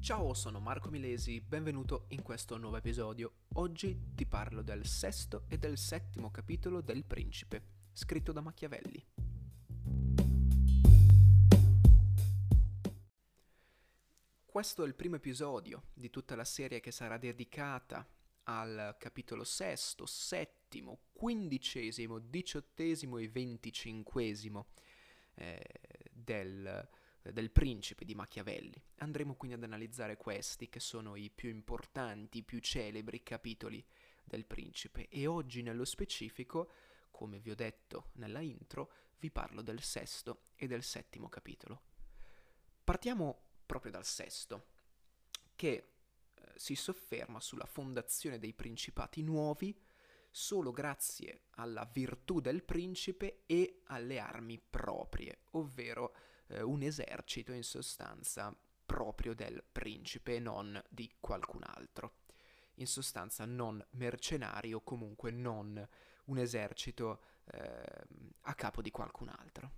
Ciao, sono Marco Milesi, benvenuto in questo nuovo episodio. Oggi ti parlo del sesto e del settimo capitolo del Principe, scritto da Machiavelli. Questo è il primo episodio di tutta la serie che sarà dedicata al capitolo sesto, settimo, quindicesimo, diciottesimo e venticinquesimo del Principe di Machiavelli. Andremo quindi ad analizzare questi che sono i più importanti, i più celebri capitoli del Principe e oggi nello specifico, come vi ho detto nella intro, vi parlo del sesto e del settimo capitolo. Partiamo proprio dal sesto, che si sofferma sulla fondazione dei principati nuovi solo grazie alla virtù del principe e alle armi proprie, ovvero un esercito in sostanza proprio del principe e non di qualcun altro. In sostanza non mercenari o comunque non un esercito a capo di qualcun altro.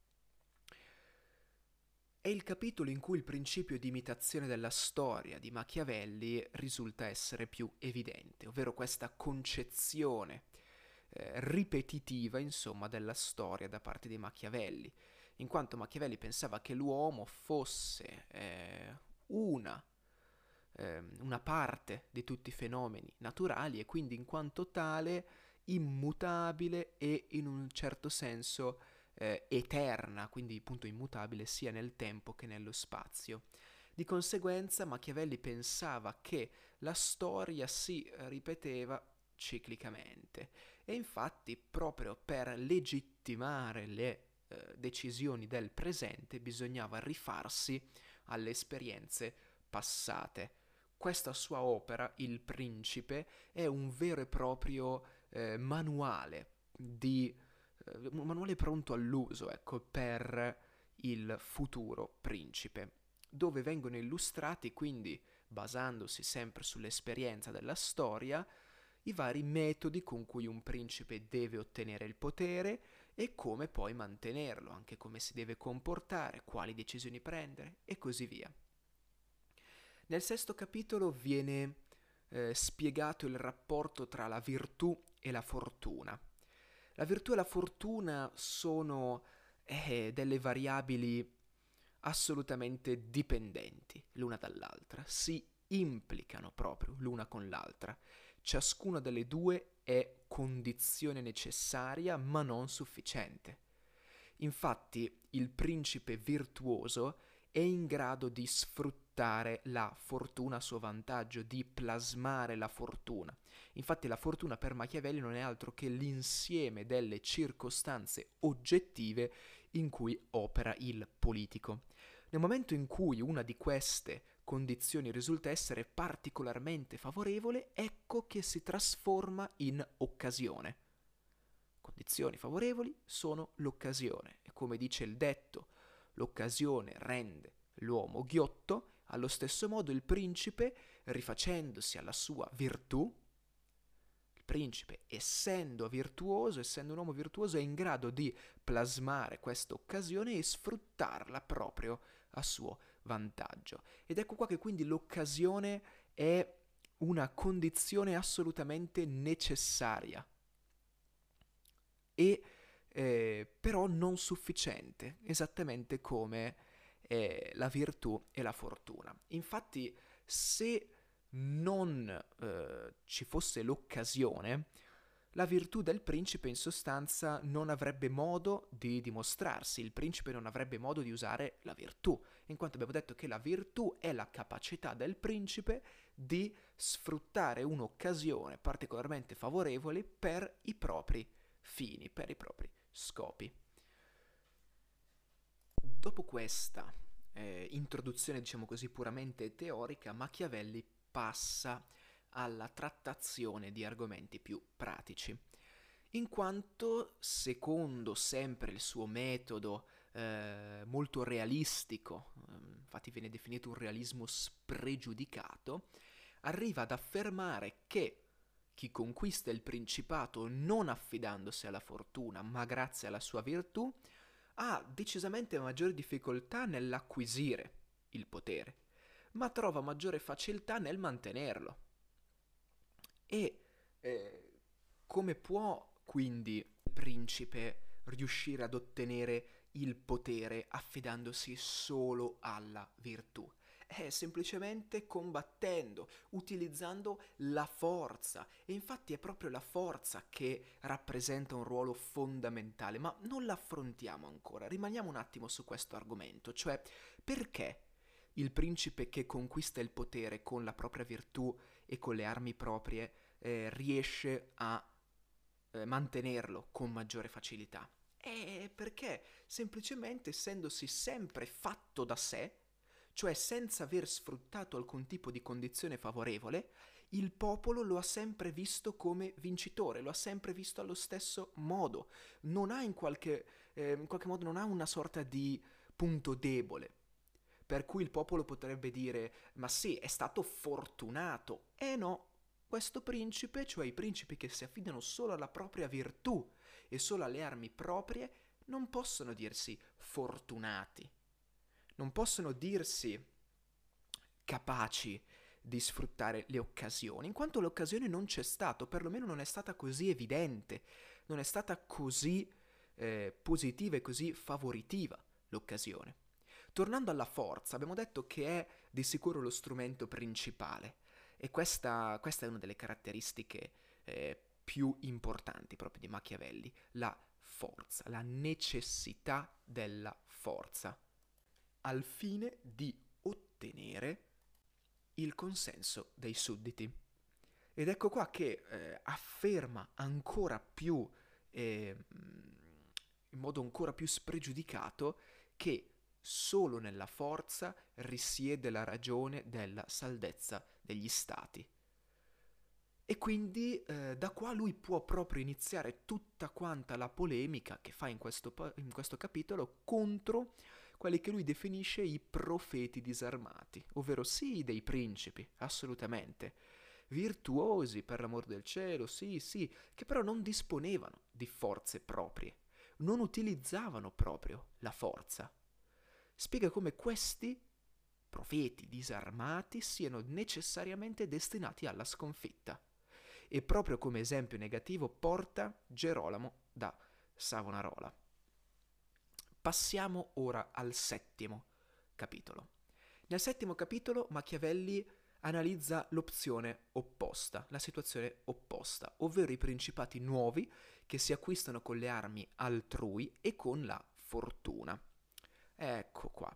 È il capitolo in cui il principio di imitazione della storia di Machiavelli risulta essere più evidente, ovvero questa concezione ripetitiva, insomma, della storia da parte di Machiavelli, in quanto Machiavelli pensava che l'uomo fosse una parte di tutti i fenomeni naturali e quindi in quanto tale immutabile e in un certo senso eterna, quindi appunto immutabile sia nel tempo che nello spazio. Di conseguenza Machiavelli pensava che la storia si ripeteva ciclicamente e infatti proprio per legittimare le decisioni del presente bisognava rifarsi alle esperienze passate. Questa sua opera, Il Principe, è un vero e proprio manuale un manuale pronto all'uso, ecco, per il futuro principe, dove vengono illustrati quindi, basandosi sempre sull'esperienza della storia, i vari metodi con cui un principe deve ottenere il potere e come poi mantenerlo, anche come si deve comportare, quali decisioni prendere e così via. Nel sesto capitolo viene spiegato il rapporto tra la virtù e la fortuna. La virtù e la fortuna sono delle variabili assolutamente dipendenti l'una dall'altra, si implicano proprio l'una con l'altra. Ciascuna delle due è condizione necessaria ma non sufficiente. Infatti il principe virtuoso è in grado di sfruttare la fortuna a suo vantaggio, di plasmare la fortuna. Infatti la fortuna per Machiavelli non è altro che l'insieme delle circostanze oggettive in cui opera il politico. Nel momento in cui una di queste condizioni risulta essere particolarmente favorevole, ecco che si trasforma in occasione. Condizioni favorevoli sono l'occasione e come dice il detto, l'occasione rende l'uomo ghiotto, allo stesso modo il principe, rifacendosi alla sua virtù, il principe, essendo virtuoso, essendo un uomo virtuoso, è in grado di plasmare questa occasione e sfruttarla proprio a suo vantaggio. Ed ecco qua che quindi l'occasione è una condizione assolutamente necessaria e però non sufficiente, esattamente come la virtù e la fortuna. Infatti, se non ci fosse l'occasione, la virtù del principe in sostanza non avrebbe modo di dimostrarsi, il principe non avrebbe modo di usare la virtù, in quanto abbiamo detto che la virtù è la capacità del principe di sfruttare un'occasione particolarmente favorevole per i propri fini, per i propri scopi. Dopo questa introduzione, diciamo così, puramente teorica, Machiavelli passa alla trattazione di argomenti più pratici, in quanto, secondo sempre il suo metodo molto realistico, infatti viene definito un realismo spregiudicato, arriva ad affermare che chi conquista il principato non affidandosi alla fortuna, ma grazie alla sua virtù, ha decisamente maggiori difficoltà nell'acquisire il potere, ma trova maggiore facilità nel mantenerlo. E come può quindi il principe riuscire ad ottenere il potere affidandosi solo alla virtù? È semplicemente combattendo, utilizzando la forza. E infatti è proprio la forza che rappresenta un ruolo fondamentale, ma non l'affrontiamo ancora. Rimaniamo un attimo su questo argomento, cioè perché il principe che conquista il potere con la propria virtù e con le armi proprie riesce a mantenerlo con maggiore facilità? Perché semplicemente essendosi sempre fatto da sé, cioè senza aver sfruttato alcun tipo di condizione favorevole, il popolo lo ha sempre visto come vincitore, lo ha sempre visto allo stesso modo, non ha in qualche modo non ha una sorta di punto debole, per cui il popolo potrebbe dire, ma sì, è stato fortunato. No, questo principe, cioè i principi che si affidano solo alla propria virtù e solo alle armi proprie, non possono dirsi fortunati, non possono dirsi capaci di sfruttare le occasioni, in quanto l'occasione non c'è stato, perlomeno non è stata così evidente, non è stata così positiva e così favoritiva l'occasione. Tornando alla forza, abbiamo detto che è di sicuro lo strumento principale e questa è una delle caratteristiche più importanti proprio di Machiavelli, la forza, la necessità della forza, al fine di ottenere il consenso dei sudditi. Ed ecco qua che afferma ancora più, in modo ancora più spregiudicato, che solo nella forza risiede la ragione della saldezza degli stati. E quindi da qua lui può proprio iniziare tutta quanta la polemica che fa in questo capitolo contro quelli che lui definisce i profeti disarmati, ovvero sì dei principi, assolutamente, virtuosi per l'amor del cielo, sì, sì, che però non disponevano di forze proprie, non utilizzavano proprio la forza. Spiega come questi profeti disarmati siano necessariamente destinati alla sconfitta. E proprio come esempio negativo porta Gerolamo da Savonarola. Passiamo ora al settimo capitolo. Nel settimo capitolo Machiavelli analizza l'opzione opposta, la situazione opposta, ovvero i principati nuovi che si acquistano con le armi altrui e con la fortuna. Ecco qua.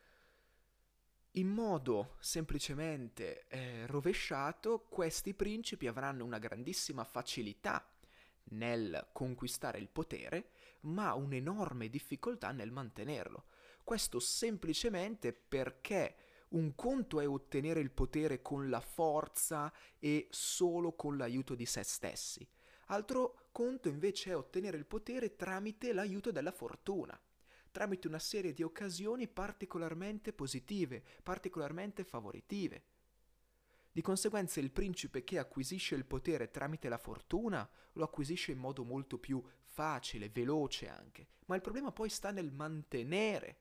In modo semplicemente rovesciato, questi principi avranno una grandissima facilità nel conquistare il potere, ma un'enorme difficoltà nel mantenerlo. Questo semplicemente perché un conto è ottenere il potere con la forza e solo con l'aiuto di se stessi. Altro conto invece è ottenere il potere tramite l'aiuto della fortuna, tramite una serie di occasioni particolarmente positive, particolarmente favoritive. Di conseguenza il principe che acquisisce il potere tramite la fortuna lo acquisisce in modo molto più facile, veloce anche, ma il problema poi sta nel mantenere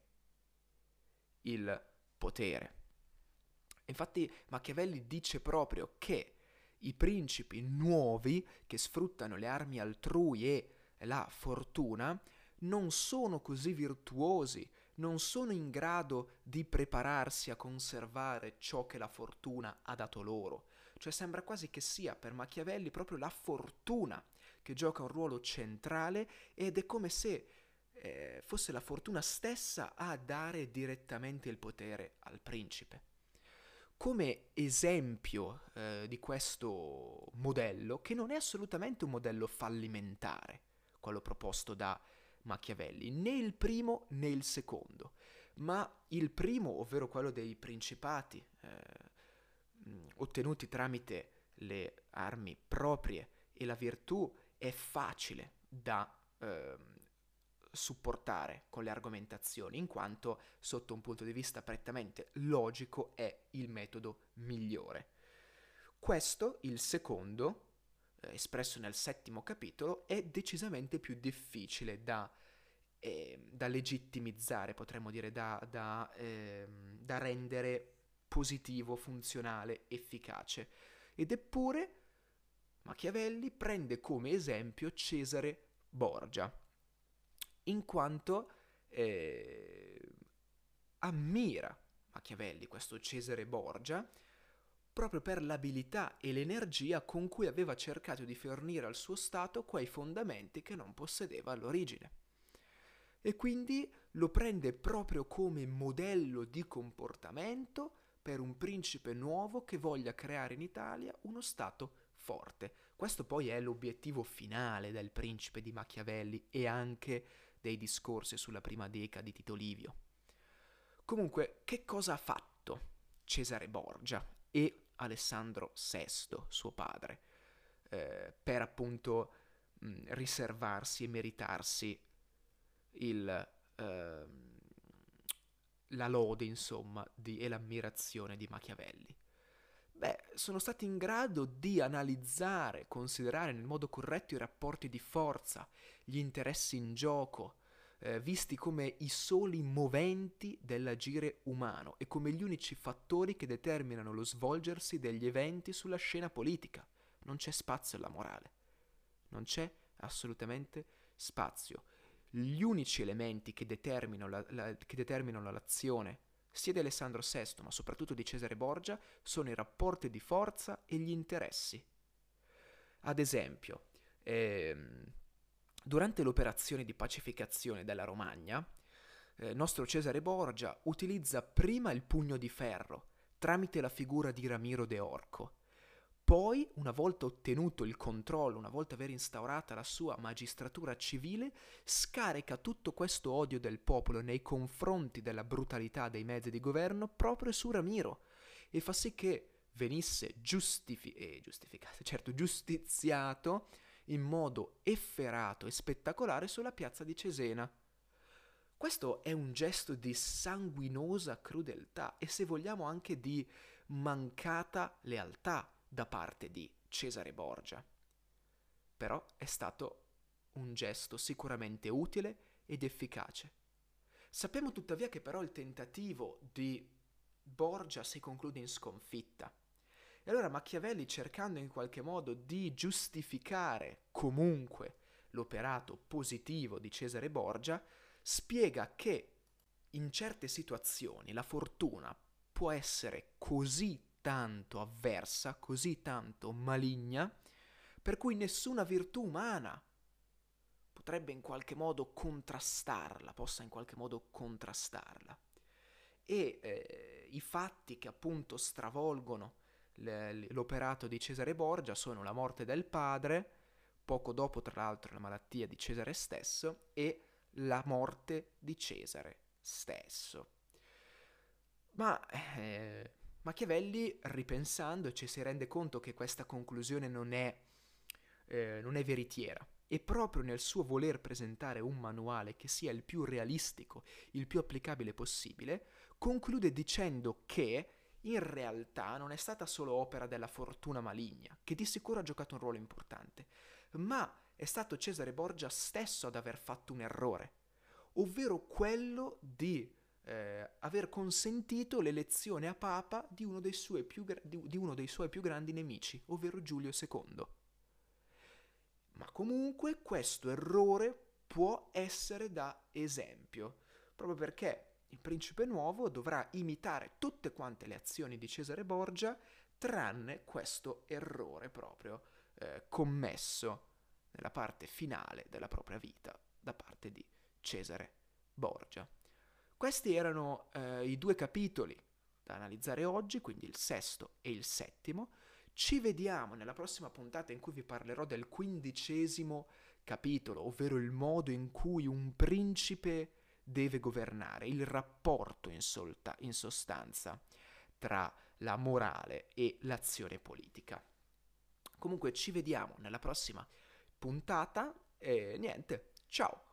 il potere. Infatti Machiavelli dice proprio che i principi nuovi che sfruttano le armi altrui e la fortuna non sono così virtuosi, non sono in grado di prepararsi a conservare ciò che la fortuna ha dato loro. Cioè sembra quasi che sia per Machiavelli proprio la fortuna che gioca un ruolo centrale ed è come se fosse la fortuna stessa a dare direttamente il potere al principe. Come esempio di questo modello, che non è assolutamente un modello fallimentare, quello proposto da Machiavelli, né il primo né il secondo, ma il primo, ovvero quello dei principati ottenuti tramite le armi proprie e la virtù, è facile da supportare con le argomentazioni, in quanto sotto un punto di vista prettamente logico è il metodo migliore. Questo, il secondo, espresso nel settimo capitolo, è decisamente più difficile da legittimizzare, potremmo dire, da rendere positivo, funzionale, efficace. Ed eppure Machiavelli prende come esempio Cesare Borgia, in quanto ammira Machiavelli, questo Cesare Borgia, proprio per l'abilità e l'energia con cui aveva cercato di fornire al suo Stato quei fondamenti che non possedeva all'origine. E quindi lo prende proprio come modello di comportamento per un principe nuovo che voglia creare in Italia uno Stato forte. Questo poi è l'obiettivo finale del principe di Machiavelli e anche dei discorsi sulla prima deca di Tito Livio. Comunque, che cosa ha fatto Cesare Borgia e Alessandro VI, suo padre, per appunto riservarsi e meritarsi la lode, insomma, e l'ammirazione di Machiavelli? Beh, sono stati in grado di analizzare, considerare nel modo corretto i rapporti di forza, gli interessi in gioco, visti come i soli moventi dell'agire umano e come gli unici fattori che determinano lo svolgersi degli eventi sulla scena politica. Non c'è spazio alla morale, non c'è assolutamente spazio. Gli unici elementi che determinano l'azione sia di Alessandro VI, ma soprattutto di Cesare Borgia, sono i rapporti di forza e gli interessi. Ad esempio, durante l'operazione di pacificazione della Romagna, nostro Cesare Borgia utilizza prima il pugno di ferro, tramite la figura di Ramiro de Orco. Poi, una volta ottenuto il controllo, una volta aver instaurata la sua magistratura civile, scarica tutto questo odio del popolo nei confronti della brutalità dei mezzi di governo proprio su Ramiro e fa sì che venisse giustiziato in modo efferato e spettacolare sulla piazza di Cesena. Questo è un gesto di sanguinosa crudeltà e, se vogliamo, anche di mancata lealtà da parte di Cesare Borgia. Però è stato un gesto sicuramente utile ed efficace. Sappiamo tuttavia che però il tentativo di Borgia si conclude in sconfitta. E allora Machiavelli, cercando in qualche modo di giustificare comunque l'operato positivo di Cesare Borgia, spiega che in certe situazioni la fortuna può essere così tanto avversa, così tanto maligna, per cui nessuna virtù umana potrebbe in qualche modo contrastarla, possa in qualche modo contrastarla. E i fatti che appunto stravolgono l'operato di Cesare Borgia sono la morte del padre, poco dopo tra l'altro la malattia di Cesare stesso e la morte di Cesare stesso. Ma Machiavelli, ripensando, ci si rende conto che questa conclusione non è veritiera, e proprio nel suo voler presentare un manuale che sia il più realistico, il più applicabile possibile, conclude dicendo che in realtà non è stata solo opera della fortuna maligna, che di sicuro ha giocato un ruolo importante, ma è stato Cesare Borgia stesso ad aver fatto un errore, ovvero quello di aver consentito l'elezione a papa di uno dei suoi più grandi nemici, ovvero Giulio II. Ma comunque questo errore può essere da esempio, proprio perché il principe nuovo dovrà imitare tutte quante le azioni di Cesare Borgia, tranne questo errore proprio commesso nella parte finale della propria vita da parte di Cesare Borgia. Questi erano i due capitoli da analizzare oggi, quindi il sesto e il settimo. Ci vediamo nella prossima puntata in cui vi parlerò del 15° capitolo, ovvero il modo in cui un principe deve governare, il rapporto in sostanza tra la morale e l'azione politica. Comunque ci vediamo nella prossima puntata e niente, ciao!